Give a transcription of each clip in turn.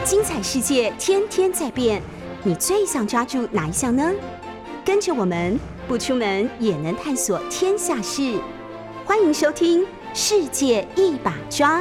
精彩世界天天在变，你最想抓住哪一项呢？跟着我们不出门也能探索天下事，欢迎收听《世界一把抓》。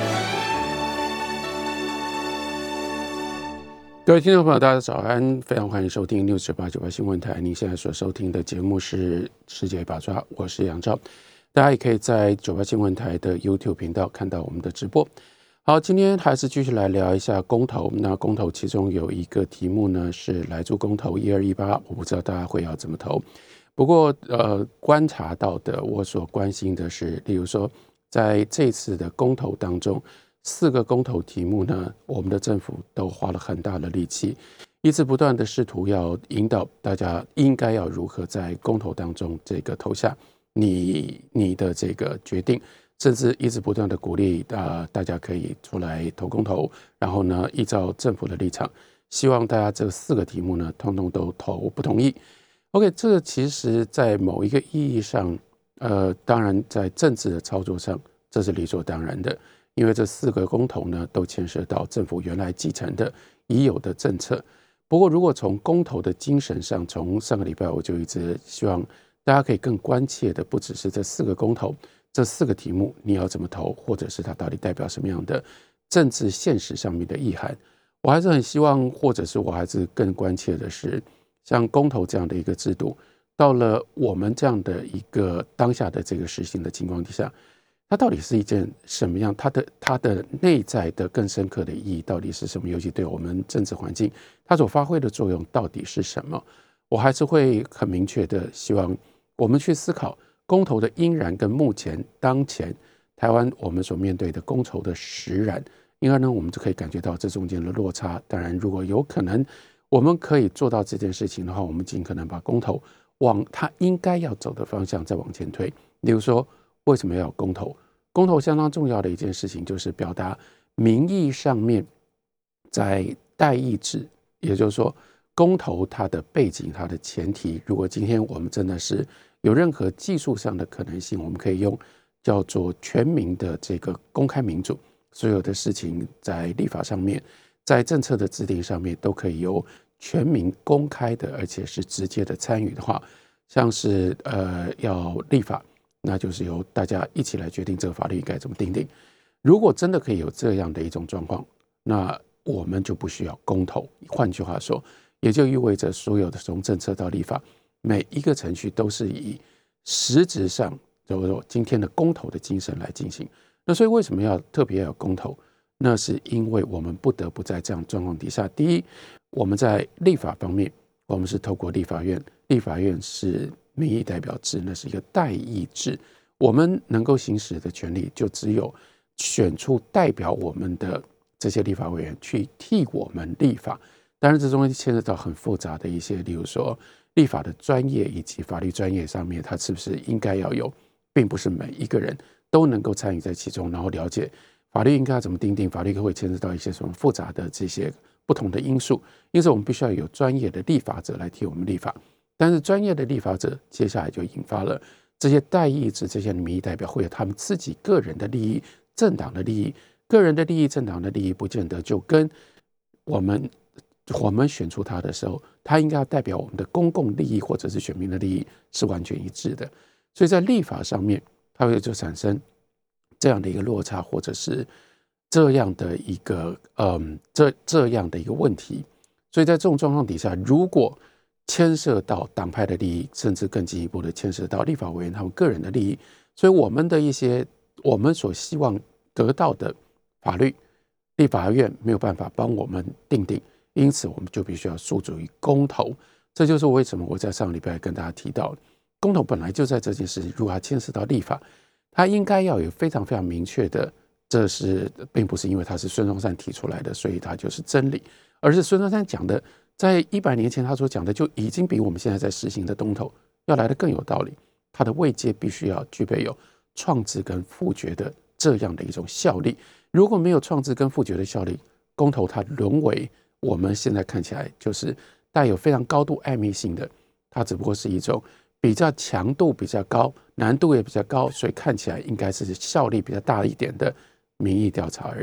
各位听众朋友，大家早安，非常欢迎收听69898新闻台。您现在所收听的节目是《世界一把抓》，我是杨照。大家也可以在98新闻台的 YouTube 频道看到我们的直播。好，今天还是继续来聊一下公投。那公投其中有一个题目呢是莱猪公投1218，我不知道大家会要怎么投。不过观察到的，我所关心的是，例如说在这次的公投当中，4个公投题目呢，我们的政府都花了很大的力气，一直不断的试图要引导大家应该要如何在公投当中这个投下你的这个决定，甚至一直不断的鼓励大家可以出来投公投，然后呢依照政府的立场，希望大家这4个题目呢通通都投不同意。OK， 这个其实在某一个意义上当然在政治的操作上这是理所当然的，因为这4个公投呢都牵涉到政府原来继承的已有的政策。不过如果从公投的精神上，从上个礼拜我就一直希望大家可以更关切的不只是这4个公投，这4个题目你要怎么投，或者是它到底代表什么样的政治现实上面的意涵。我还是很希望，或者是我还是更关切的是，像公投这样的一个制度，到了我们这样的一个当下的这个实行的情况底下，它到底是一件什么样，它的内在的更深刻的意义到底是什么，尤其对我们政治环境它所发挥的作用到底是什么。我还是会很明确的希望我们去思考公投的因然跟目前当前台湾我们所面对的公投的实然，因而呢我们就可以感觉到这中间的落差。当然如果有可能我们可以做到这件事情的话，我们尽可能把公投往它应该要走的方向再往前推。例如说为什么要有公投？公投相当重要的一件事情就是表达民意上面在代议制，也就是说公投它的背景它的前提，如果今天我们真的是有任何技术上的可能性，我们可以用叫做全民的这个公开民主，所有的事情在立法上面，在政策的制定上面都可以由全民公开的而且是直接的参与的话，像是要立法，那就是由大家一起来决定这个法律应该怎么订定。如果真的可以有这样的一种状况，那我们就不需要公投。换句话说，也就意味着所有的从政策到立法每一个程序都是以实质上就是说今天的公投的精神来进行。那所以为什么要特别要有公投？那是因为我们不得不在这样状况底下，第一，我们在立法方面我们是透过立法院，立法院是民意代表制，那是一个代议制，我们能够行使的权利就只有选出代表我们的这些立法委员去替我们立法。当然这中间牵涉到很复杂的一些，例如说立法的专业以及法律专业上面，它是不是应该要有，并不是每一个人都能够参与在其中，然后了解法律应该要怎么订定，法律会牵涉到一些什么复杂的这些不同的因素，因此我们必须要有专业的立法者来替我们立法。但是专业的立法者接下来就引发了这些代议制，这些民意代表会有他们自己个人的利益、政党的利益，个人的利益、政党的利益不见得就跟我们选出他的时候，他应该要代表我们的公共利益或者是选民的利益是完全一致的。所以在立法上面，它会就产生这样的一个落差，或者是这样的一个这样的一个问题。所以在这种状况底下，如果牵涉到党派的利益，甚至更进一步的牵涉到立法委员他们个人的利益，所以我们的一些我们所希望得到的法律，立法院没有办法帮我们订定，因此我们就必须要诉诸于公投。这就是为什么我在上个礼拜跟大家提到，公投本来就在这件事情，如果它牵涉到立法，它应该要有非常非常明确的，这是并不是因为它是孙中山提出来的，所以它就是真理，而是孙中山讲的，在100年前他所讲的就已经比我们现在在实行的公投要来得更有道理。它的位阶必须要具备有创制跟复决的这样的一种效力。如果没有创制跟复决的效力，公投它沦为我们现在看起来就是带有非常高度暧昧性的，它只不过是一种比较强度比较高、难度也比较高，所以看起来应该是效力比较大一点的民意调查而已。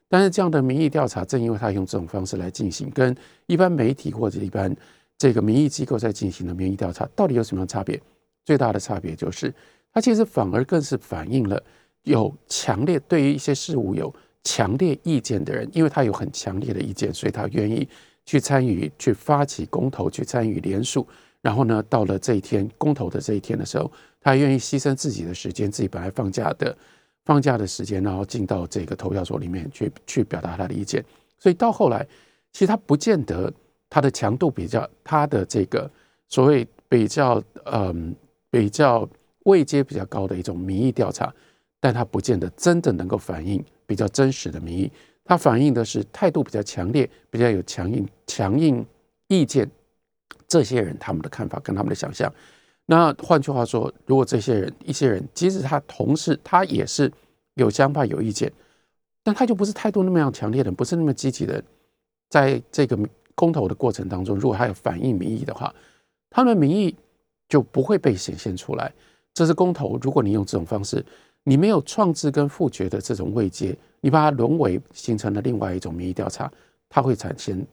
但是这样的民意调查，正因为他用这种方式来进行，跟一般媒体或者一般这个民意机构在进行的民意调查，到底有什么样的差别？最大的差别就是，它其实反而更是反映了有强烈对于一些事物有强烈意见的人，因为他有很强烈的意见，所以他愿意去参与、去发起公投、去参与联署。然后呢，到了这一天公投的这一天的时候，他愿意牺牲自己的时间，自己本来放假的时间，然后进到这个投票所里面去表达他的意见。所以到后来，其实他不见得他的强度比较，他的这个所谓比较位阶比较高的一种民意调查，但它不见得真的能够反映比较真实的民意。它反映的是态度比较强烈、比较有强硬意见这些人他们的看法跟他们的想象。那换句话说，如果一些人，即使他同时他也是有想法有意见，但他就不是态度那么样强烈的，不是那么积极的，在这个公投的过程当中，如果他有反映民意的话，他们的民意就不会被显现出来。这是公投，如果你用这种方式，你没有创制跟复决的这种位阶，你把它沦为形成了另外一种民意调查，它会产生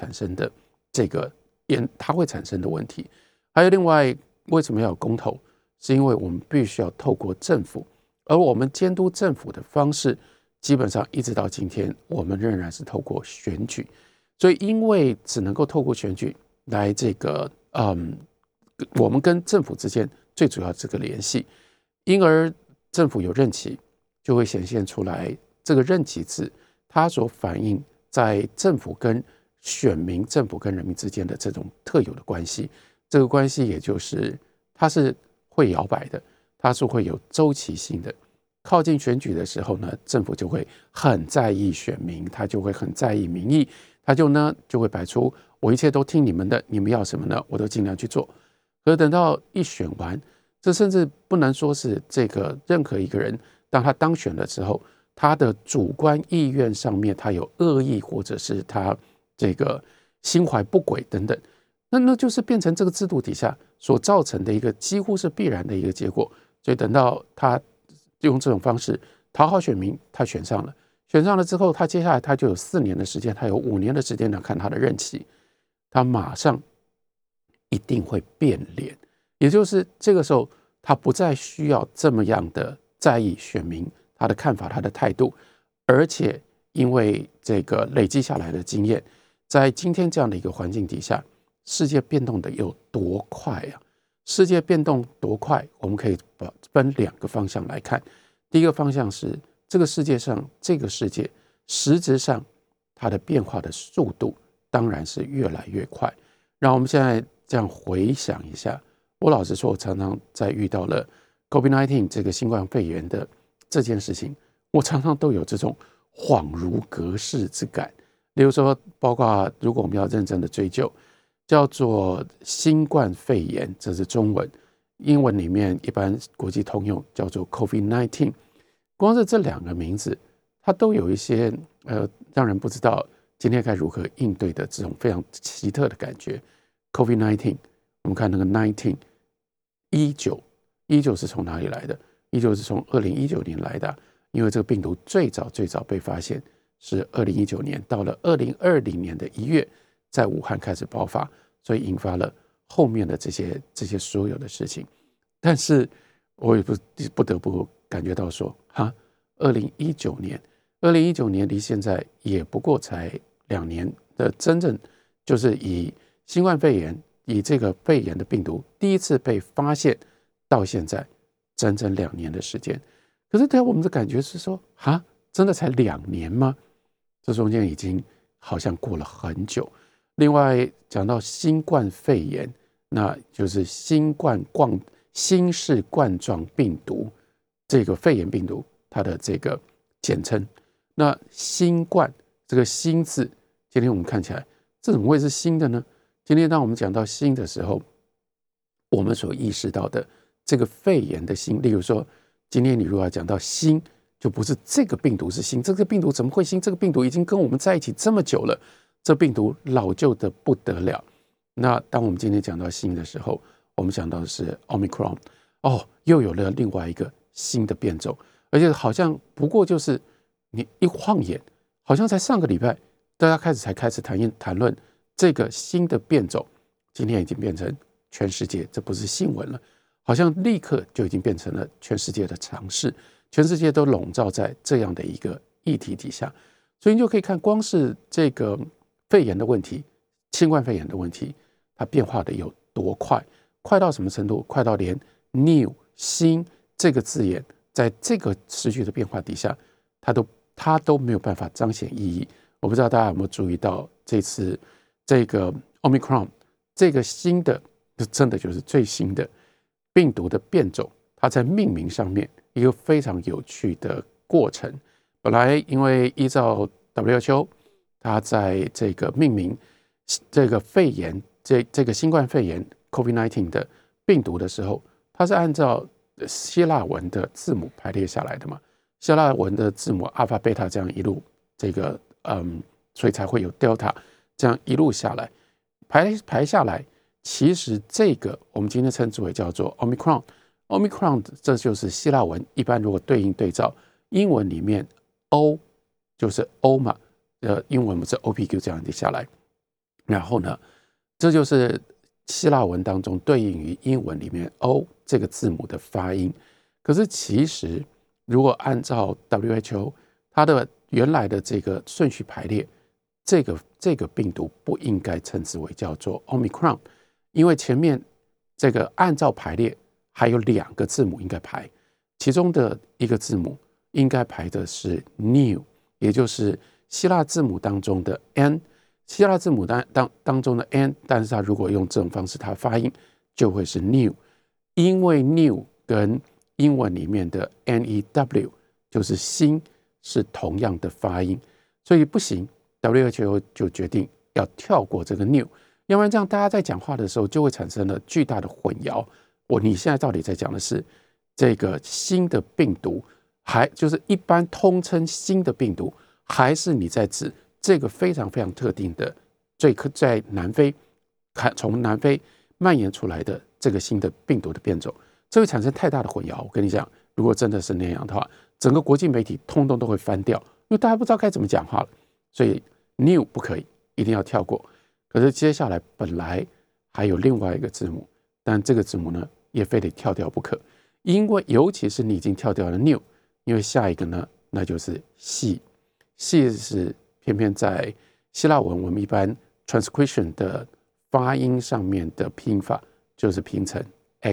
的问题。还有另外，为什么要有公投？是因为我们必须要透过政府，而我们监督政府的方式，基本上一直到今天，我们仍然是透过选举。所以，因为只能够透过选举来我们跟政府之间最主要这个联系，因而政府有任期，就会显现出来这个任期制，它所反映在政府跟选民、政府跟人民之间的这种特有的关系。这个关系也就是它是会摇摆的，它是会有周期性的。靠近选举的时候呢，政府就会很在意选民，他就会很在意民意，他就会摆出我一切都听你们的，你们要什么呢，我都尽量去做。可等到一选完，这甚至不能说是这个任何一个人，当他当选了之后，他的主观意愿上面他有恶意，或者是他这个心怀不轨等等，那就是变成这个制度底下所造成的一个几乎是必然的一个结果。所以等到他用这种方式讨好选民，他选上了之后，他接下来他就有4年的时间，他有5年的时间来看他的任期，他马上一定会变脸。也就是这个时候，他不再需要这么样的在意选民他的看法、他的态度，而且因为这个累积下来的经验，在今天这样的一个环境底下，世界变动的有多快啊？世界变动多快？我们可以分2个方向来看。第一个方向是这个世界实质上它的变化的速度当然是越来越快。让我们现在这样回想一下，我老实说，我常常在遇到了 COVID-19 这个新冠肺炎的这件事情，我常常都有这种恍如隔世之感。例如说，包括如果我们要认真的追究，叫做新冠肺炎，这是中文，英文里面一般国际通用叫做 COVID-19。光是这2个名字，它都有一些让人不知道今天该如何应对的这种非常奇特的感觉。COVID-19， 我们看那个19是从哪里来的？19是从2019年来的，因为这个病毒最早被发现是2019年，到了2020年的1月，在武汉开始爆发，所以引发了后面的这些所有的事情。但是我也不得不感觉到说，2019年离现在也不过才2年的，真正就是以新冠肺炎，以这个肺炎的病毒第一次被发现到现在整整2年的时间。可是对我们的感觉是说，真的才2年吗？这中间已经好像过了很久。另外讲到新冠肺炎，那就是新式冠状病毒，这个肺炎病毒它的这个简称。那新冠这个新字，今天我们看起来这怎么会是新的呢？今天当我们讲到新的时候，我们所意识到的这个肺炎的新，例如说今天你如果要讲到新，就不是这个病毒是新，这个病毒怎么会新？这个病毒已经跟我们在一起这么久了，这病毒老旧的不得了。那当我们今天讲到新的时候，我们讲到的是 Omicron， 又有了另外一个新的变种，而且好像不过就是你一晃眼， 好像才上个礼拜，大家才开始谈论这个新的变种，今天已经变成全世界，这不是新闻了，好像立刻就已经变成了全世界的常识，全世界都笼罩在这样的一个议题底下，所以你就可以看，光是这个肺炎的问题，新冠肺炎的问题，它变化的有多快，快到什么程度？快到连 new 新这个字眼，在这个持续的变化底下，它都没有办法彰显意义。我不知道大家有没有注意到，这次这个 Omicron 这个新的，真的就是最新的病毒的变种，它在命名上面一个非常有趣的过程。本来因为依照 WHO， 它在这个命名这个肺炎，这个新冠肺炎 COVID-19 的病毒的时候，它是按照希腊文的字母排列下来的嘛？希腊文的字母阿尔法、贝塔这样一路所以才会有 Delta 这样一路下来排下来。其实这个我们今天称之为叫做 Omicron， 这就是希腊文。一般如果对照英文里面 O 就是 O 嘛，英文不是 OPQ 这样的下来，然后呢，这就是希腊文当中对应于英文里面 O 这个字母的发音。可是其实如果按照 WHO 它的原来的这个顺序排列，这个病毒不应该称之为叫做 Omicron， 因为前面这个按照排列还有2个字母应该排，其中的一个字母应该排的是 New， 也就是希腊字母当中的 N， 希腊字母当中的 N， 但是它如果用这种方式它发音就会是 New， 因为 New 跟英文里面的 NEW 就是新是同样的发音，所以不行， WHO 就决定要跳过这个 New， 要不然这样大家在讲话的时候就会产生了巨大的混淆。你现在到底在讲的是这个新的病毒，还就是一般通称新的病毒，还是你在指这个非常非常特定的在南非从南非蔓延出来的这个新的病毒的变种，这会产生太大的混淆。我跟你讲，如果真的是那样的话，整个国际媒体通通都会翻掉，因为大家不知道该怎么讲话了。所以 new 不可以，一定要跳过。可是接下来本来还有另外一个字母，但这个字母呢也非得跳掉不可，因为尤其是你已经跳掉了 new， 因为下一个呢那就是系是偏偏在希腊文我们一般 transcription 的发音上面的拼法就是拼成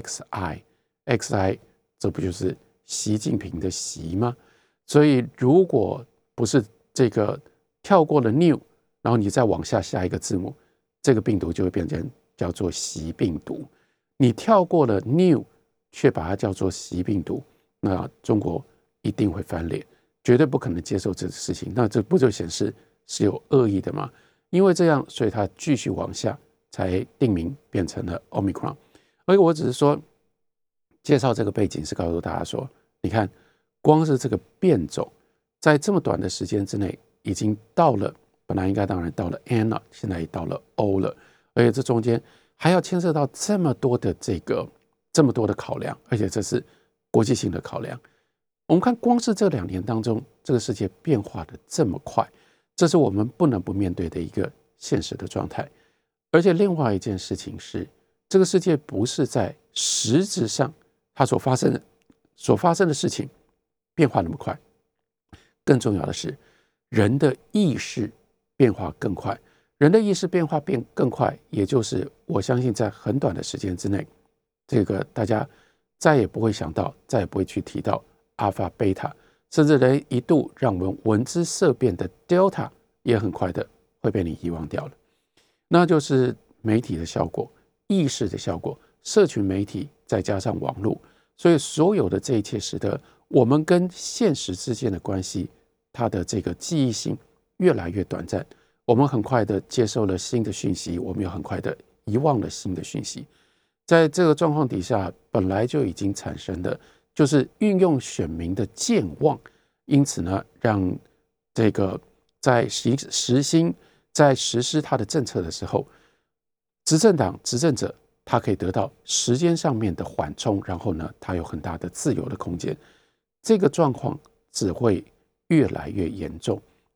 xi， 这不就是习近平的习吗？所以如果不是这个跳过了 new， 然后你再往下一个字母，这个病毒就会变成叫做习病毒。你跳过了 new 却把它叫做习病毒，那中国一定会翻脸，绝对不可能接受这个事情。那这不就显示是有恶意的吗？因为这样，所以它继续往下才定名变成了 Omicron。 而我只是说介绍这个背景，是告诉大家说，你看光是这个变种在这么短的时间之内已经到了，本来应该当然到了 N 了，现在也到了 O 了，而且这中间还要牵涉到这么多的考量，而且这是国际性的考量。我们看光是这2年当中，这个世界变化的这么快，这是我们不能不面对的一个现实的状态。而且另外一件事情是，这个世界不是在实质上它所发生的事情变化那么快，更重要的是人的意识变化更快。人的意识变化更快，也就是我相信在很短的时间之内，这个大家再也不会想到，再也不会去提到阿尔法、贝塔，甚至连一度让我们闻之色变的 Delta 也很快的会被你遗忘掉了。那就是媒体的效果，意识的效果，社群媒体再加上网络，所以所有的这一切使得我们跟现实之间的关系，它的这个记忆性越来越短暂。我们很快的接受了新的讯息，我们又很快的遗忘了新的讯息。在这个状况底下，本来就已经产生的就是运用选民的健忘，因此呢，让这个在实施他的政策的时候，执政者他可以得到时间上面的缓冲，然后呢，他有很大的自由的空间。这个状况只会越来越严重，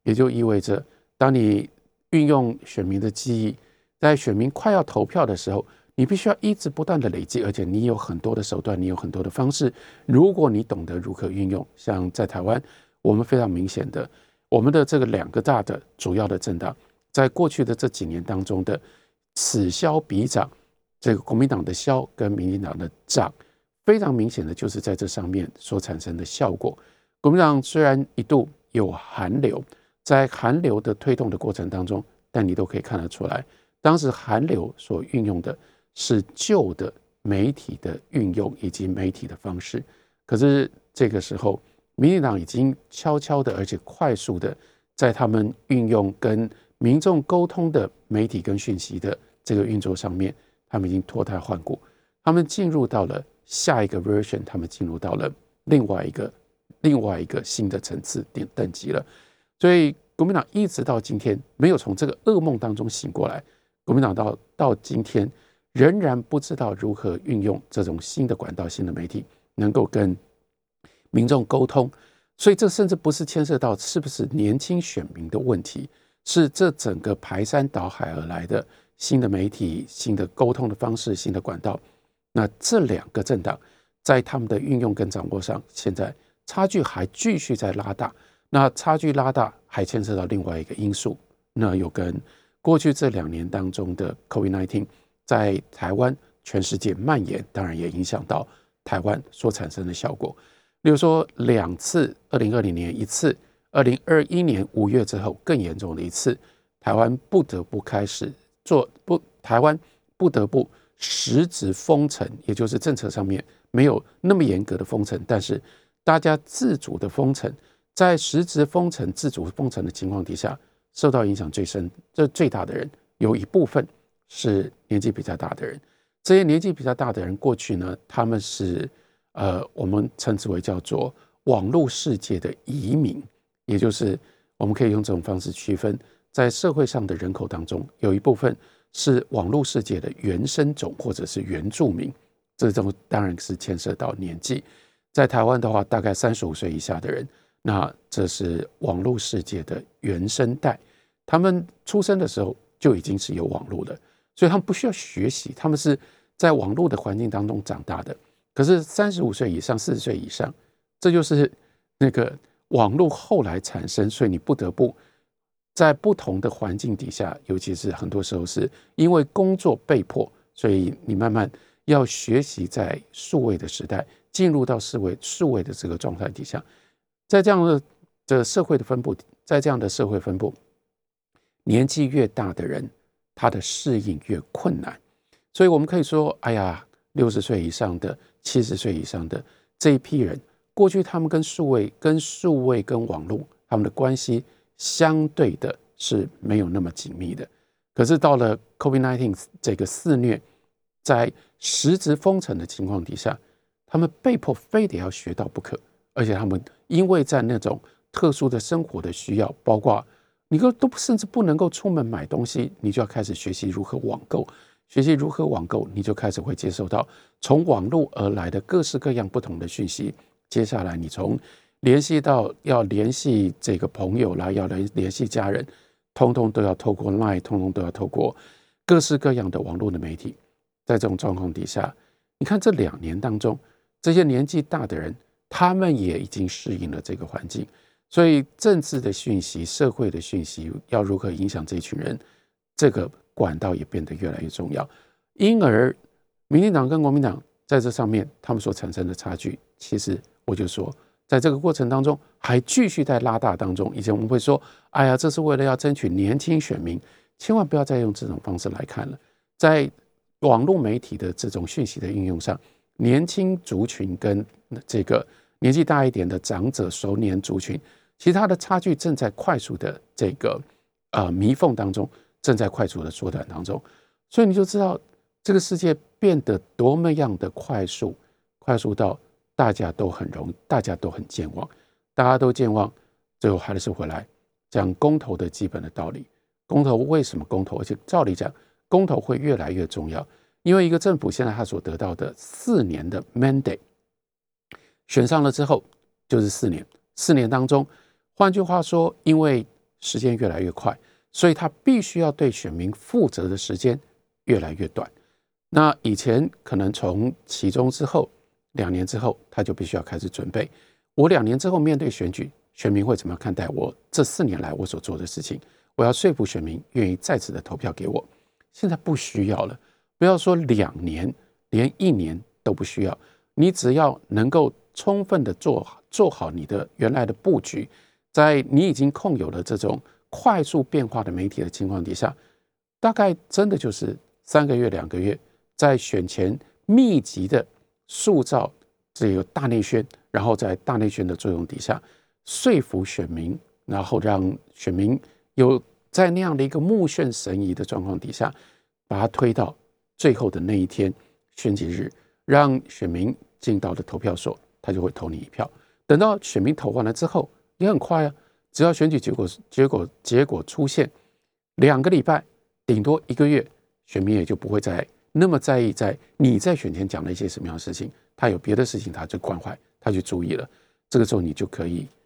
也就意味着当你运用选民的记忆，在选民快要投票的时候，你必须要一直不断的累积，而且你有很多的手段，你有很多的方式。如果你懂得如何运用，像在台湾，我们非常明显的，我们的这个2个大的主要的政党，在过去的这几年当中的此消彼长，这个国民党的消跟民进党的涨，非常明显的就是在这上面所产生的效果。国民党虽然一度有韩流，在韩流的推动的过程当中，但你都可以看得出来，当时韩流所运用的是旧的媒体的运用以及媒体的方式。可是这个时候，民进党已经悄悄的而且快速的在他们运用跟民众沟通的媒体跟讯息的这个运作上面，他们已经脱胎换骨，他们进入到了下一个 version， 他们进入到了另外一个新的层次等级了。所以国民党一直到今天没有从这个噩梦当中醒过来，国民党到今天仍然不知道如何运用这种新的管道、新的媒体，能够跟民众沟通。所以这甚至不是牵涉到是不是年轻选民的问题，是这整个排山倒海而来的新的媒体、新的沟通的方式、新的管道。那这2个政党在他们的运用跟掌握上，现在差距还继续在拉大。那差距拉大还牵涉到另外一个因素，那有跟过去这2年当中的 COVID-19 在台湾、全世界蔓延，当然也影响到台湾所产生的效果。例如说2次，2020年1次，2021年5月之后更严重的一次，台湾不得不开始台湾不得不实质封城，也就是政策上面没有那么严格的封城，但是大家自主的封城，在实质封城、自主封城的情况底下，受到影响最大的人，有一部分是年纪比较大的人。这些年纪比较大的人，过去呢，他们是我们称之为叫做网络世界的移民，也就是我们可以用这种方式区分，在社会上的人口当中，有一部分是网络世界的原生种或者是原住民，这种当然是牵涉到年纪。在台湾的话，大概35岁以下的人，那这是网络世界的原生代，他们出生的时候就已经是有网络的，所以他们不需要学习，他们是在网络的环境当中长大的。可是35岁以上、40岁以上，这就是那个网络后来产生，所以你不得不在不同的环境底下，尤其是很多时候是因为工作被迫，所以你慢慢要学习在数位的时代，进入到数位的这个状态底下，在这样的社会的分布，在这样的社会分布，年纪越大的人，他的适应越困难。所以我们可以说，哎呀，60岁以上的、70岁以上的这一批人，过去他们跟数位跟网络他们的关系相对的是没有那么紧密的。可是到了 COVID-19 这个肆虐，在实质封城的情况底下，他们被迫非得要学到不可，而且他们因为在那种特殊的生活的需要，包括你都甚至不能够出门买东西，你就要开始学习如何网购。学习如何网购，你就开始会接受到从网络而来的各式各样不同的讯息。接下来你从联系到要联系这个朋友啦，要联系家人，通通都要透过 LINE， 通通都要透过各式各样的网络的媒体。在这种状况底下，你看这2年当中，这些年纪大的人，他们也已经适应了这个环境，所以政治的讯息、社会的讯息要如何影响这群人，这个管道也变得越来越重要。因而民进党跟国民党在这上面他们所产生的差距，其实我就说在这个过程当中还继续在拉大当中。以前我们会说，哎呀，这是为了要争取年轻选民，千万不要再用这种方式来看了。在网络媒体的这种讯息的运用上，年轻族群跟这个年纪大一点的长者熟年族群，其实它的差距正在快速的这个弥缝当中，正在快速的缩短当中。所以你就知道这个世界变得多么样的快速，快速到大家都很健忘，大家都健忘，最后还是回来讲公投的基本的道理。公投为什么公投？而且照理讲，公投会越来越重要，因为一个政府现在他所得到的4年的 mandate， 选上了之后就是4年，4年当中，换句话说，因为时间越来越快，所以他必须要对选民负责的时间越来越短。那以前可能从期中之后2年之后，他就必须要开始准备，我2年之后面对选举，选民会怎么看待我这4年来我所做的事情，我要说服选民愿意再次的投票给我。现在不需要了，不要说2年，连1年都不需要，你只要能够充分的做好你的原来的布局，在你已经控有了这种快速变化的媒体的情况底下，大概真的就是3个月2个月，在选前密集的塑造这个大内宣，然后在大内宣的作用底下说服选民，然后让选民有在那样的一个目眩神迷的状况底下，把它推到最后的那一天选举日，让选民进到的投票所，他就会投你一票。等到选民投完了之后也很快啊，只要选举结果出现2个礼拜，顶多1个月，选民也就不会再那么在意在你在选前讲了一些什么样的事情，他有别的事情他就关怀，他去注意了。这个时候你就可以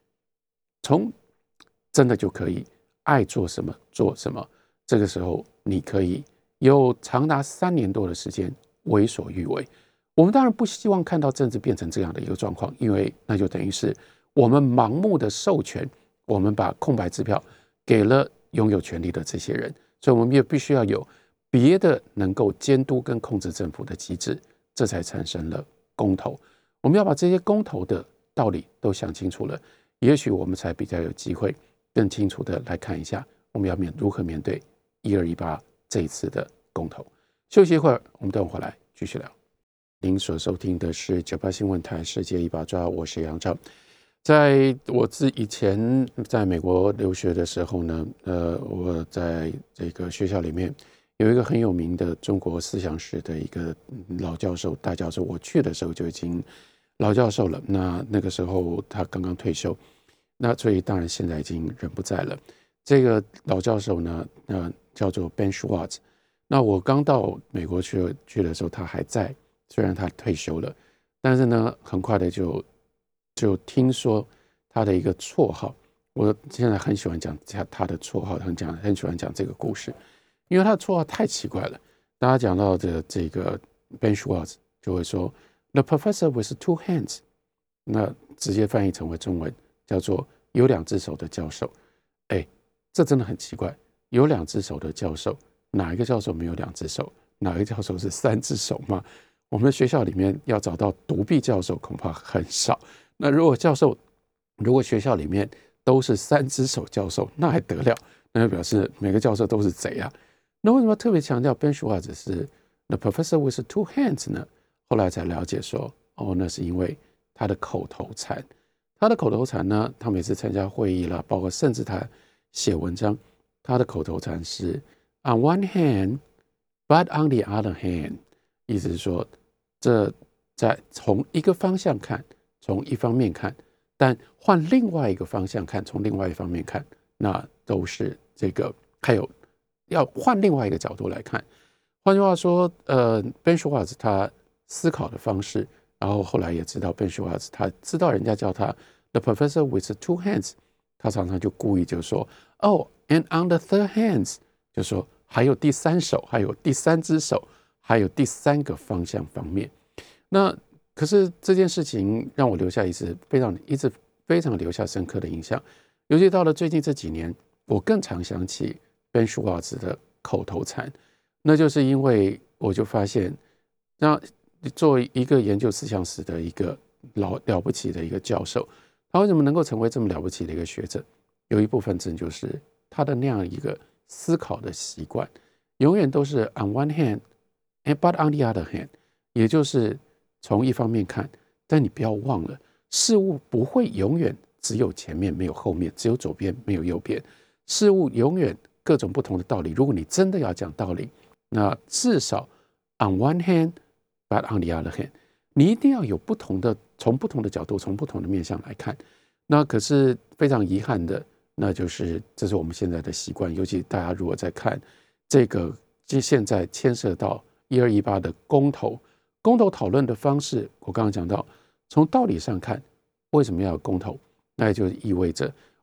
真的就可以爱做什么做什么。这个时候你可以有长达3年多的时间为所欲为。我们当然不希望看到政治变成这样的一个状况，因为那就等于是我们盲目的授权，我们把空白支票给了拥有权力的这些人，所以我们也必须要有别的能够监督跟控制政府的机制，这才产生了公投。我们要把这些公投的道理都想清楚了，也许我们才比较有机会更清楚的来看一下我们要如何面对1218这一次的公投。休息一会儿，我们等会回来继续聊。您所收听的是98新闻台世界一把抓，我是杨照。在我以前在美国留学的时候呢，我在这个学校里面有一个很有名的中国思想史的一个老教授，大教授。我去的时候就已经老教授了，那个时候他刚刚退休，那所以当然现在已经人不在了。这个老教授呢，叫做 Ben Schwartz。那我刚到美国去的时候，他还在，虽然他退休了，但是呢，很快的就听说他的一个绰号。我现在很喜欢讲他的绰号，很喜欢讲这个故事，因为他的绰号太奇怪了。大家讲到的这个 Ben Schwartz 就会说 The Professor with two hands， 那直接翻译成为中文叫做有2只手的教授。这真的很奇怪，有2只手的教授，哪一个教授没有2只手？哪一个教授是3只手吗？我们学校里面要找到独臂教授恐怕很少。那如果学校里面都是3只手教授，那还得了？那就表示每个教授都是贼啊。那为什么特别强调 Ben Schwartz 是 The Professor with two hands 呢？后来才了解说，那是因为他的口头禅。他的口头禅呢，他每次参加会议啦，包括甚至他写文章，他的口头禅是 On one hand, but on the other hand， 意思是说，这在从一个方向看，从一方面看，但换另外一个方向看，从另外一方面看，那都是这个，还有要换另外一个角度来看。换句话说Ben Schwartz 他思考的方式，然后后来也知道 Ben Schwartz 他知道人家叫他 The Professor with two hands， 他常常就故意就说and on the third hands， 就说还有第3手，还有第3只手，还有第3个方向方面。那可是这件事情让我留下一直非常留下深刻的印象，尤其到了最近这几年，我更常想起 Ben Schwartz 的口头禅。那就是因为我就发现，那作为一个研究思想史的一个了不起的一个教授，他为什么能够成为这么了不起的一个学者？有一部分真就是他的那样一个思考的习惯，永远都是 on one hand but on the other hand， 也就是从一方面看。但你不要忘了，事物不会永远只有前面没有后面，只有左边没有右边，事物永远各种不同的道理。如果你真的要讲道理，那至少 on one hand but on the other hand， 你一定要有从不同的角度，从不同的面向来看。那可是非常遗憾的，那就是这是我们现在的习惯。尤其大家如果在看这个现在牵涉到1218的公投讨论的方式，我刚刚讲到，从道理上看，为什么要有公投？那也就意味着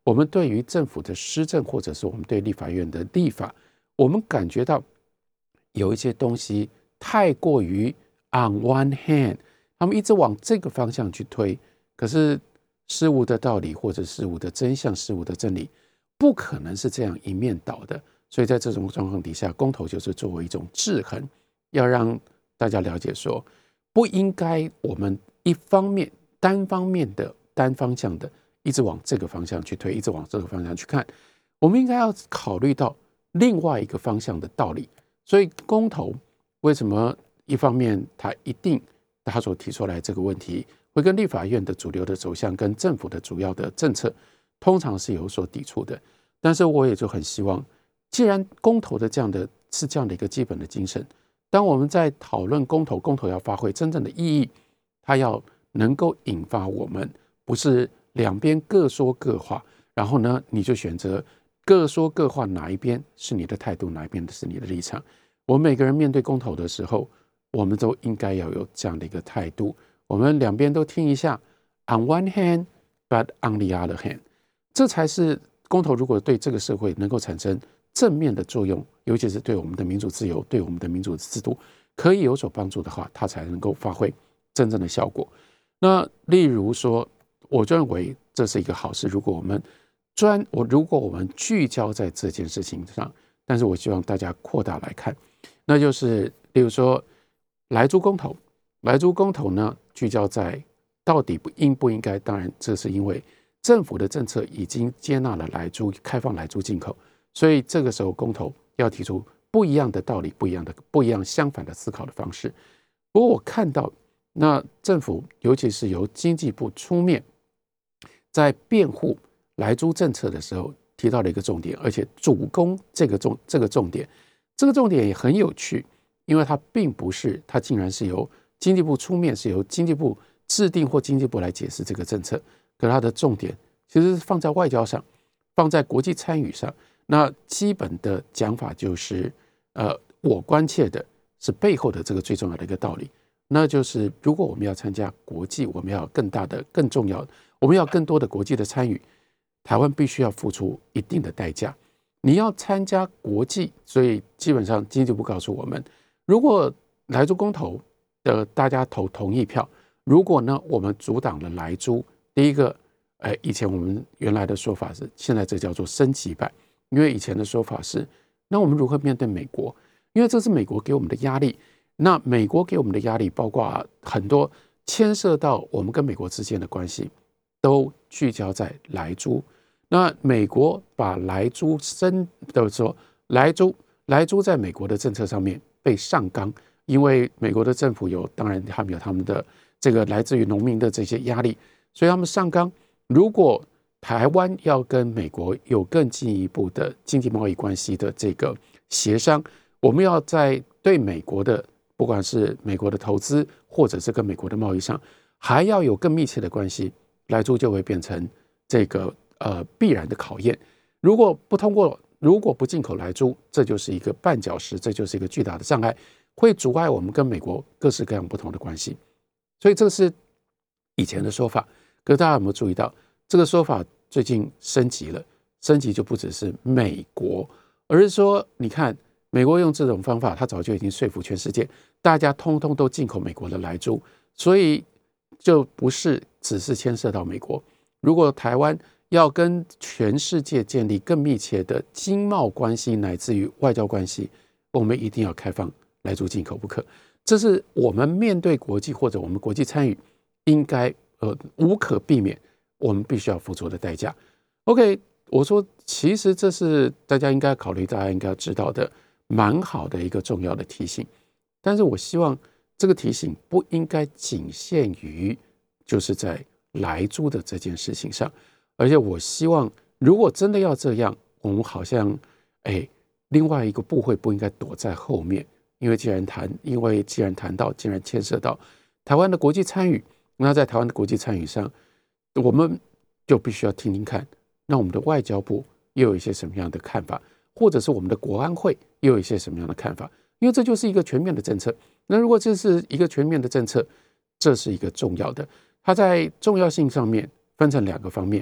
我们对于政府的施政，或者是我们对立法院的立法，我们感觉到有一些东西太过于 on one hand， 他们一直往这个方向去推，可是事物的道理或者事物的真相、事物的真理，不可能是这样一面倒的。所以在这种状况底下，公投就是作为一种制衡，要让大家了解说，不应该我们一方面单方面的单方向的一直往这个方向去推，一直往这个方向去看，我们应该要考虑到另外一个方向的道理。所以公投为什么一方面他所提出来这个问题会跟立法院的主流的走向跟政府的主要的政策通常是有所抵触的，但是我也就很希望，既然公投的这样的一个基本的精神，当我们在讨论公投要发挥真正的意义，它要能够引发我们不是两边各说各话，然后呢你就选择各说各话，哪一边是你的态度，哪一边是你的立场。我们每个人面对公投的时候，我们都应该要有这样的一个态度，我们两边都听一下 on one hand but on the other hand， 这才是公投如果对这个社会能够产生正面的作用，尤其是对我们的民主自由，对我们的民主制度可以有所帮助的话，它才能够发挥真正的效果。那例如说，我认为这是一个好事，如果我们聚焦在这件事情上，但是我希望大家扩大来看，那就是例如说莱猪公投呢，聚焦在到底应不应该，当然这是因为政府的政策已经接纳了莱猪，开放莱猪进口，所以这个时候公投要提出不一样的道理，不一样相反的思考的方式。不过我看到那政府尤其是由经济部出面在辩护莱猪政策的时候提到了一个重点，而且主攻这个重点，这个重点也很有趣，因为它并不是，它竟然是由经济部出面，是由经济部制定或经济部来解释这个政策，可它的重点其实是放在外交上，放在国际参与上。那基本的讲法就是，我关切的是背后的这个最重要的一个道理，那就是如果我们要参加国际，我们要更大的、更重要的，我们要更多的国际的参与，台湾必须要付出一定的代价。你要参加国际，所以基本上经济部告诉我们，如果莱猪公投的大家投同意票，如果呢我们阻挡了莱猪，第一个，以前我们原来的说法是，现在这叫做升级版，因为以前的说法是，那我们如何面对美国？因为这是美国给我们的压力。那美国给我们的压力包括很多牵涉到我们跟美国之间的关系，都聚焦在莱猪。那美国把莱猪莱猪在美国的政策上面被上纲，因为美国的政府当然他们有他们的这个来自于农民的这些压力，所以他们上纲，如果台湾要跟美国有更进一步的经济贸易关系的这个协商，我们要在对美国的不管是美国的投资或者是跟美国的贸易上还要有更密切的关系，莱猪就会变成这个必然的考验。如果不通过，如果不进口莱猪，这就是一个绊脚石，这就是一个巨大的障碍，会阻碍我们跟美国各式各样不同的关系。所以这是以前的说法，可是大家有没有注意到，这个说法最近升级了？升级就不只是美国，而是说，你看美国用这种方法，他早就已经说服全世界，大家通通都进口美国的莱猪，所以就不是只是牵涉到美国。如果台湾要跟全世界建立更密切的经贸关系，乃至于外交关系，我们一定要开放莱猪进口不可。这是我们面对国际或者我们国际参与应该无可避免，我们必须要付出的代价。OK， 我说其实这是大家应该考虑，大家应该要知道的蛮好的一个重要的提醒。但是我希望这个提醒不应该仅限于就是在莱猪的这件事情上，而且我希望如果真的要这样，我们好像另外一个部会不应该躲在后面，因为既然谈到，既然牵涉到台湾的国际参与，那在台湾的国际参与上，我们就必须要听听看，那我们的外交部又有一些什么样的看法，或者是我们的国安会又有一些什么样的看法，因为这就是一个全面的政策。那如果这是一个全面的政策，这是一个重要的，它在重要性上面分成两个方面。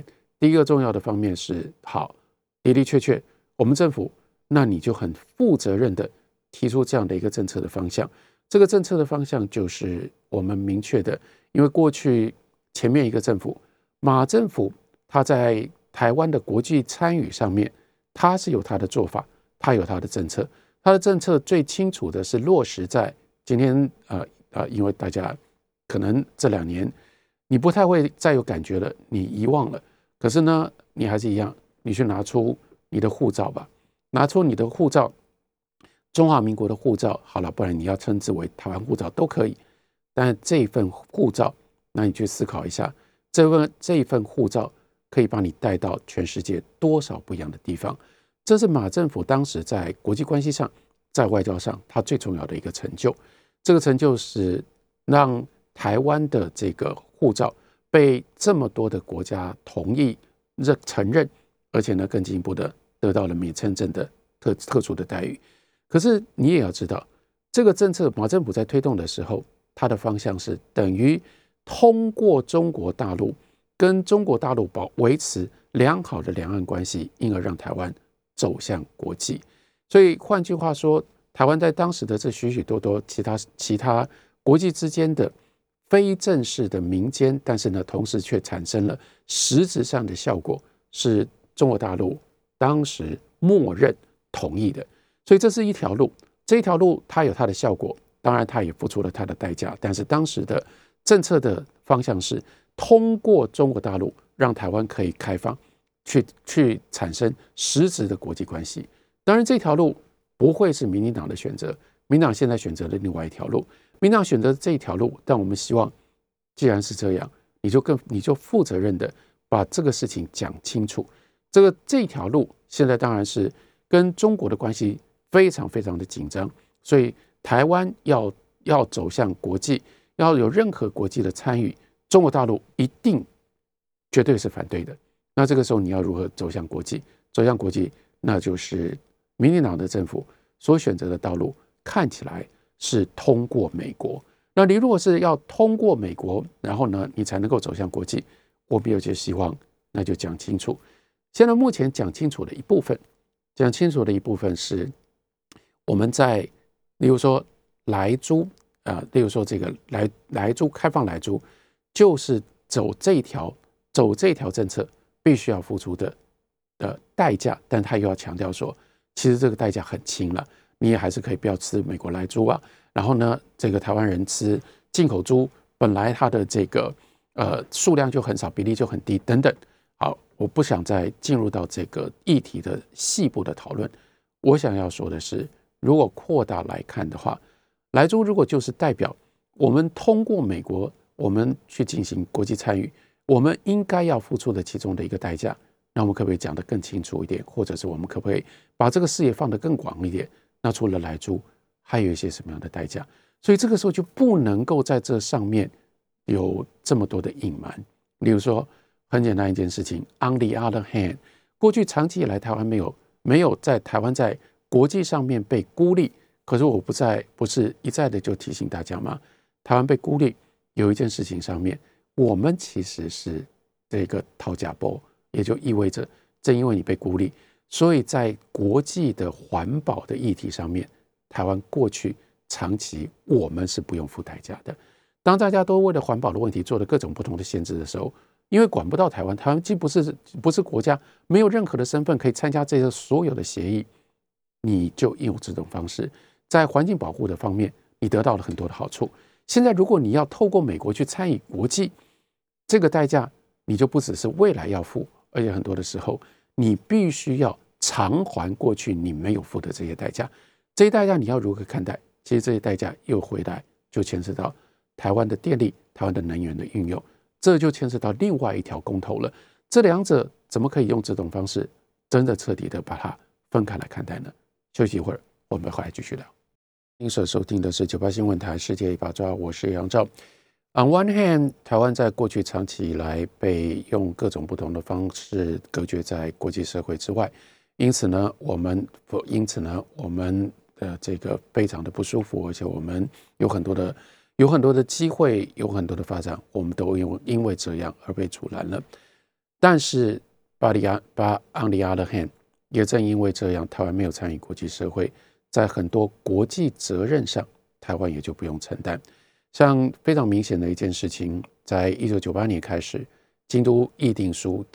第一个重要的方面是，好，的的确确，我们政府那你就很负责任的提出这样的一个政策的方向。这个政策的方向就是我们明确的，因为过去前面一个政府马政府，他在台湾的国际参与上面，他是有他的做法，他有他的政策，他的政策最清楚的是落实在今天因为大家可能这2年你不太会再有感觉了，你遗忘了，可是呢，你还是一样，你去拿出你的护照吧，拿出你的护照，中华民国的护照，好了，不然你要称之为台湾护照都可以。但这份护照，那你去思考一下，这份护照可以帮你带到全世界多少不一样的地方？这是马政府当时在国际关系上，在外交上，它最重要的一个成就。这个成就是让台湾的这个护照被这么多的国家同意承认，而且呢，更进一步的得到了免签证的特殊的待遇。可是你也要知道，这个政策马政府在推动的时候，它的方向是等于通过中国大陆跟中国大陆维持良好的两岸关系，因而让台湾走向国际。所以换句话说，台湾在当时的这许许多多其他国际之间的非正式的民间，但是呢，同时却产生了实质上的效果，是中国大陆当时默认同意的。所以这是一条路，这一条路它有它的效果，当然它也付出了它的代价。但是当时的政策的方向是通过中国大陆让台湾可以开放，去产生实质的国际关系。当然这条路不会是民进党的选择，民进党现在选择了另外一条路，民进党选择这一条路，但我们希望既然是这样，你就负责任的把这个事情讲清楚。这条路现在当然是跟中国的关系非常非常的紧张，所以台湾要走向国际，要有任何国际的参与，中国大陆一定绝对是反对的。那这个时候你要如何走向国际？走向国际，那就是民进党的政府所选择的道路，看起来是通过美国。那你如果是要通过美国，然后呢，你才能够走向国际，我们有些希望，那就讲清楚。现在目前讲清楚的一部分是我们在例如说莱猪例如说这个莱猪开放莱猪，就是走这条政策必须要付出的代价，但他又要强调说，其实这个代价很轻了，你也还是可以不要吃美国莱猪啊。然后呢，这个台湾人吃进口猪，本来它的这个数量就很少，比例就很低等等。好，我不想再进入到这个议题的细部的讨论。我想要说的是，如果扩大来看的话，莱猪如果就是代表我们通过美国，我们去进行国际参与，我们应该要付出的其中的一个代价，那我们可不可以讲得更清楚一点？或者是我们可不可以把这个视野放得更广一点？那除了莱猪，还有一些什么样的代价？所以这个时候就不能够在这上面有这么多的隐瞒。例如说，很简单一件事情 ，on the other hand， 过去长期以来台湾没有在台湾在国际上面被孤立，可是我不是一再的就提醒大家吗？台湾被孤立有一件事情上面，我们其实是这个讨价包，也就意味着正因为你被孤立，所以在国际的环保的议题上面，台湾过去长期我们是不用付代价的。当大家都为了环保的问题做了各种不同的限制的时候，因为管不到台湾，台湾既不是国家，没有任何的身份可以参加这些所有的协议，你就用这种方式，在环境保护的方面，你得到了很多的好处。现在如果你要透过美国去参与国际，这个代价你就不只是未来要付，而且很多的时候你必须要偿还过去你没有付的这些代价。这些代价你要如何看待？其实这些代价又回来就牵涉到台湾的电力、台湾的能源的运用，这就牵涉到另外一条公投了。这两者怎么可以用这种方式真的彻底的把它分开来看待呢？休息一会儿，我们回来继续聊。您所收听的是98新闻台世界一把抓，我是杨照。On one hand， 台湾在过去长期以来被用各种不同的方式隔绝在国际社会之外，因此呢，我们这个非常的不舒服，而且我们有很多的机会，有很多的发展，我们都因为这样而被阻拦了。但是 But on the other hand， 也正因为这样，台湾没有参与国际社会，在很多国际责任上，台湾也就不用承担。像非常明显的一件事情，在1998年开始，京都议定书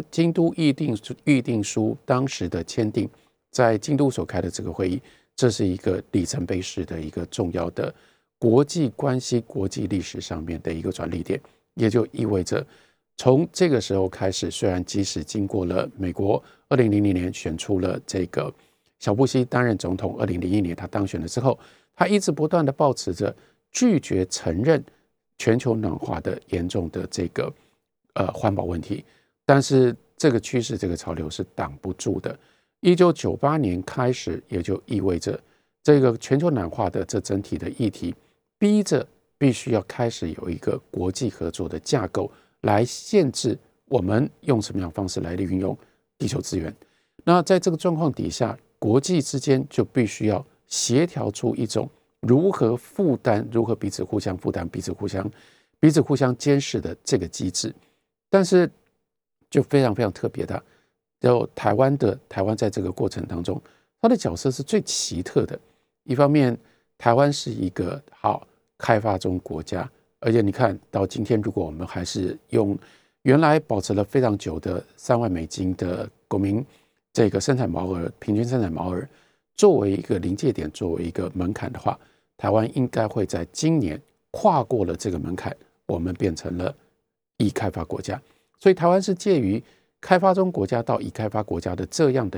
当时的签订，在京都所开的这个会议，这是一个里程碑式的一个重要的国际关系、国际历史上面的一个转捩点，也就意味着从这个时候开始，虽然即使经过了美国2000年选出了这个小布希担任总统，2001年他当选了之后，他一直不断的抱持着拒绝承认全球暖化的严重的这个环保问题，但是这个趋势、这个潮流是挡不住的。1998年开始，也就意味着这个全球暖化的这整体的议题，逼着必须要开始有一个国际合作的架构来限制我们用什么样的方式来运用地球资源。那在这个状况底下，国际之间就必须要协调出一种如何负担、如何彼此互相负担、彼此互相监视的这个机制。但是就非常非常特别的，就台湾在这个过程当中，它的角色是最奇特的。一方面，台湾是一个好开发中国家，而且你看到今天，如果我们还是用原来保持了非常久的3万美金的国民这个生产毛额，平均生产毛额作为一个临界点，作为一个门槛的话，台湾应该会在今年跨过了这个门槛，我们变成了已开发国家。所以台湾是介于开发中国家到已开发国家的这样的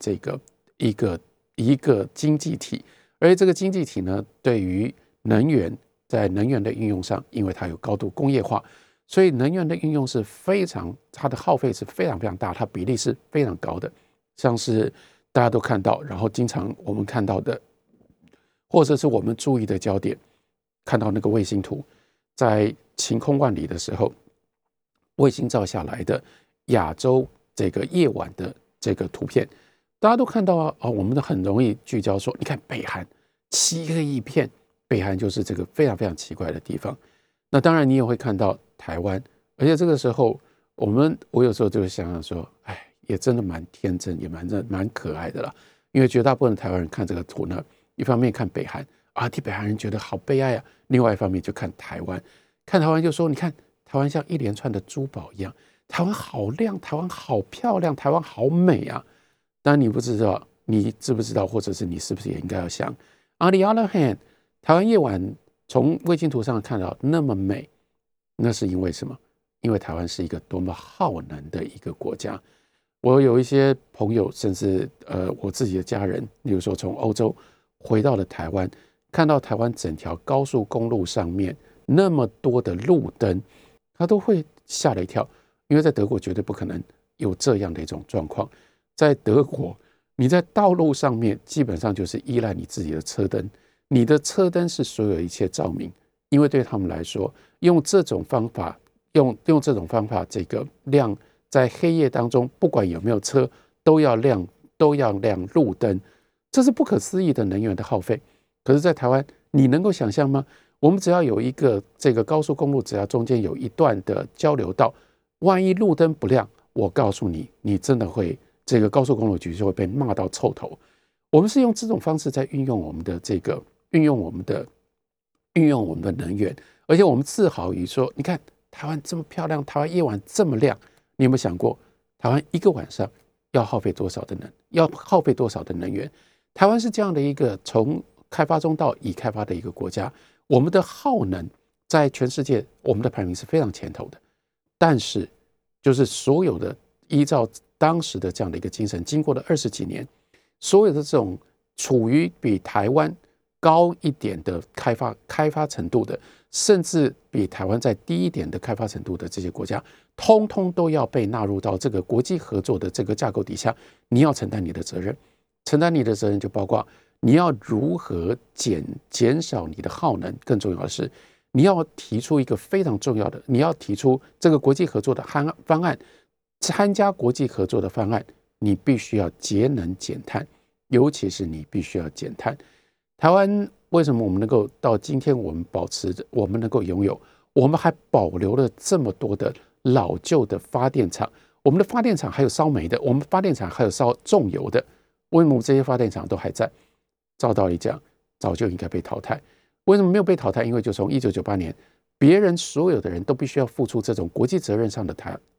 一个经济体。而这个经济体呢，对于能源，在能源的运用上，因为它有高度工业化，所以能源的运用是非常，它的耗费是非常非常大，它比例是非常高的。像是大家都看到，然后经常我们看到的，或者是我们注意的焦点，看到那个卫星图，在晴空万里的时候，卫星照下来的亚洲这个夜晚的这个图片，大家都看到我们很容易聚焦说，你看北韩漆黑一片，北韩就是这个非常非常奇怪的地方。那当然你也会看到台湾，而且这个时候我有时候就会想想说，也真的蛮天真，也蛮可爱的啦。因为绝大部分的台湾人看这个图呢，一方面看北韩替北韩人觉得好悲哀啊，另外一方面就看台湾就说，你看台湾像一连串的珠宝一样，台湾好亮，台湾好漂亮，台湾好美啊。但你知不知道，或者是你是不是也应该要想 on the other hand， 台湾夜晚从卫星图上看到那么美，那是因为什么？因为台湾是一个多么耗能的一个国家。我有一些朋友，甚至我自己的家人，比如说从欧洲回到了台湾，看到台湾整条高速公路上面那么多的路灯，他都会吓了一跳，因为在德国绝对不可能有这样的一种状况。在德国，你在道路上面基本上就是依赖你自己的车灯，你的车灯是所有一切照明，因为对他们来说，用这种方法这个亮，在黑夜当中，不管有没有车，都要亮路灯，这是不可思议的能源的耗费。可是在台湾，你能够想象吗？我们只要有一个这个高速公路，只要中间有一段的交流道，万一路灯不亮，我告诉你，你真的会这个高速公路局就会被骂到臭头。我们是用这种方式在运用我们的能源，而且我们自豪于说，你看台湾这么漂亮，台湾夜晚这么亮，你有没有想过，台湾一个晚上要耗费多少的能源？台湾是这样的一个从开发中到已开发的一个国家，我们的耗能在全世界我们的排名是非常前头的。但是就是所有的依照当时的这样的一个精神，经过了20几年，所有的这种处于比台湾高一点的开发程度的，甚至比台湾再低一点的开发程度的这些国家，通通都要被纳入到这个国际合作的这个架构底下，你要承担你的责任。承担你的责任就包括你要如何减少你的耗能，更重要的是你要提出一个非常重要的，你要提出这个国际合作的方案，参加国际合作的方案，你必须要节能减碳，尤其是你必须要减碳。台湾为什么我们能够到今天，我们能够拥有，我们还保留了这么多的老旧的发电厂， 我们的发电厂还有烧煤的，我们发电厂还有烧重油的，为什么这些发电厂都还在？照道理讲，早就应该被淘汰。为什么没有被淘汰？因为就从1998年，别人所有的人都必须要付出这种国际责任上的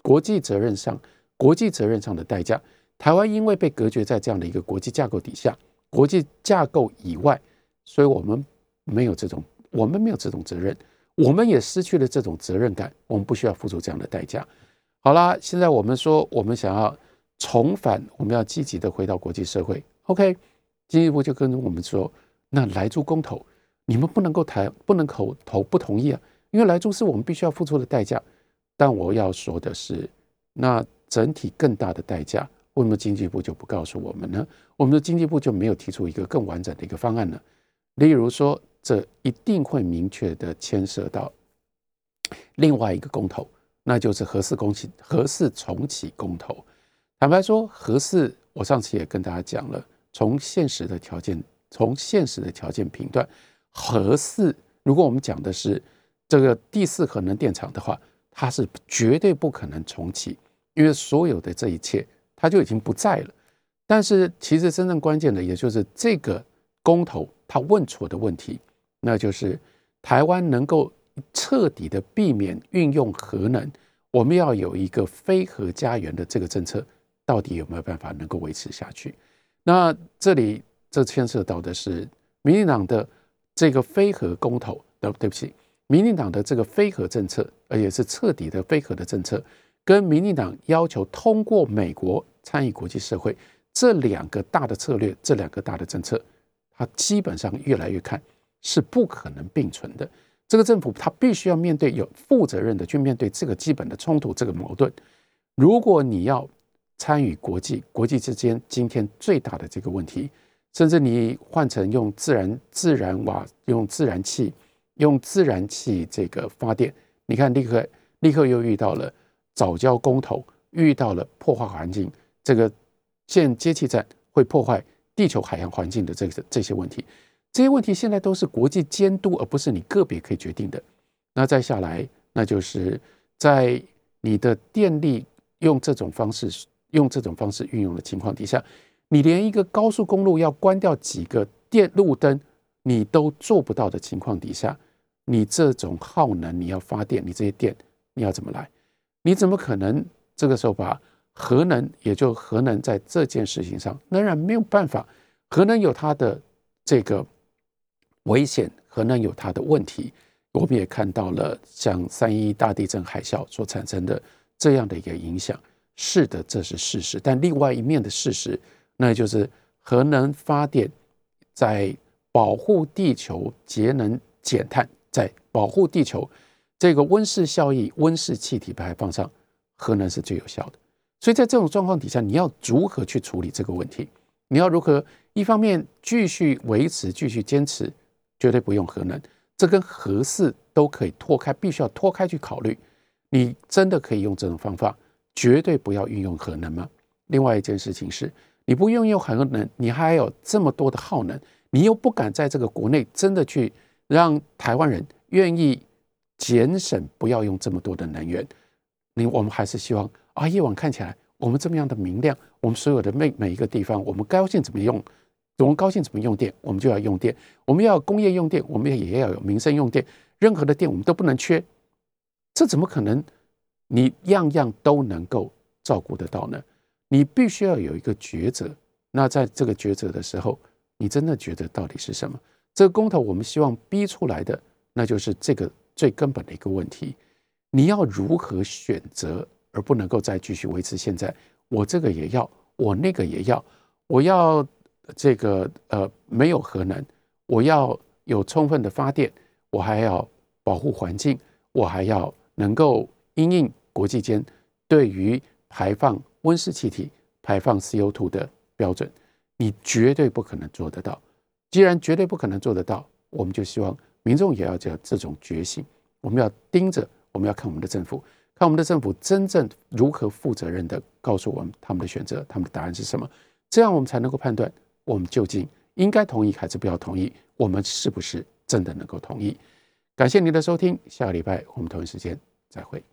代价。台湾因为被隔绝在这样的一个国际架构底下，国际架构以外，所以我们没有这种责任，我们也失去了这种责任感，我们不需要付出这样的代价。好啦，现在我们说我们想要重返，我们要积极的回到国际社会。OK， 经济部就跟我们说，那莱猪公投，你们不能投不同意啊，因为莱猪是我们必须要付出的代价。但我要说的是，那整体更大的代价，为什么经济部就不告诉我们呢？我们的经济部就没有提出一个更完整的一个方案呢？例如说，这一定会明确的牵涉到另外一个公投，那就是核四重启公投。坦白说，核四我上次也跟大家讲了，从现实的条件评断，核四如果我们讲的是这个第四核能电厂的话，它是绝对不可能重启，因为所有的这一切它就已经不在了。但是其实真正关键的，也就是这个公投它问错的问题，那就是台湾能够彻底的避免运用核能，我们要有一个非核家园的这个政策，到底有没有办法能够维持下去？那这牵涉到的是民进党的这个非核公投，对不起，民进党的这个非核政策，而且是彻底的非核的政策，跟民进党要求通过美国参与国际社会这两个大的策略，这两个大的政策，它基本上越来越看是不可能并存的。这个政府它必须要面对，有负责任的去面对这个基本的冲突，这个矛盾。如果你要参与国际之间今天最大的这个问题，甚至你换成用自然瓦、用自然气这个发电，你看立刻又遇到了藻礁公投，遇到了破坏环境，这个建接气站会破坏地球海洋环境的这些问题。这些问题现在都是国际监督，而不是你个别可以决定的。那再下来，那就是在你的电力用这种方式运用的情况底下，你连一个高速公路要关掉几个路灯你都做不到的情况底下，你这种耗能你要发电，你这些电你要怎么来？你怎么可能这个时候把核能，也就核能在这件事情上仍然没有办法，核能有它的这个危险，核能有它的问题。我们也看到了像311大地震海啸所产生的这样的一个影响，是的，这是事实。但另外一面的事实，那就是核能发电在保护地球节能减碳，在保护地球这个温室效益、温室气体排放上，核能是最有效的。所以在这种状况底下，你要如何去处理这个问题？你要如何一方面继续维持、继续坚持，绝对不用核能，这跟核四都可以脱开，必须要脱开去考虑。你真的可以用这种方法，绝对不要运用核能吗？另外一件事情是，你不运用核能，你还有这么多的耗能，你又不敢在这个国内真的去让台湾人愿意减省，不要用这么多的能源。我们还是希望夜晚看起来我们这么样的明亮，我们所有的每一个地方，我们高兴怎么用，我们高兴怎么用电，我们就要用电。我们要有工业用电，我们也要有民生用电，任何的电我们都不能缺。这怎么可能你样样都能够照顾得到呢？你必须要有一个抉择。那在这个抉择的时候，你真的觉得到底是什么？这个公投我们希望逼出来的，那就是这个最根本的一个问题。你要如何选择，而不能够再继续维持现在，我这个也要，我那个也要，我要这个没有核能，我要有充分的发电，我还要保护环境，我还要能够因应国际间对于排放温室气体、排放 CO2 的标准，你绝对不可能做得到。既然绝对不可能做得到，我们就希望民众也要有这种觉醒。我们要盯着，我们要看我们的政府，看我们的政府真正如何负责任的告诉我们他们的选择，他们的答案是什么，这样我们才能够判断我们究竟应该同意还是不要同意，我们是不是真的能够同意。感谢您的收听，下个礼拜我们同一时间再会。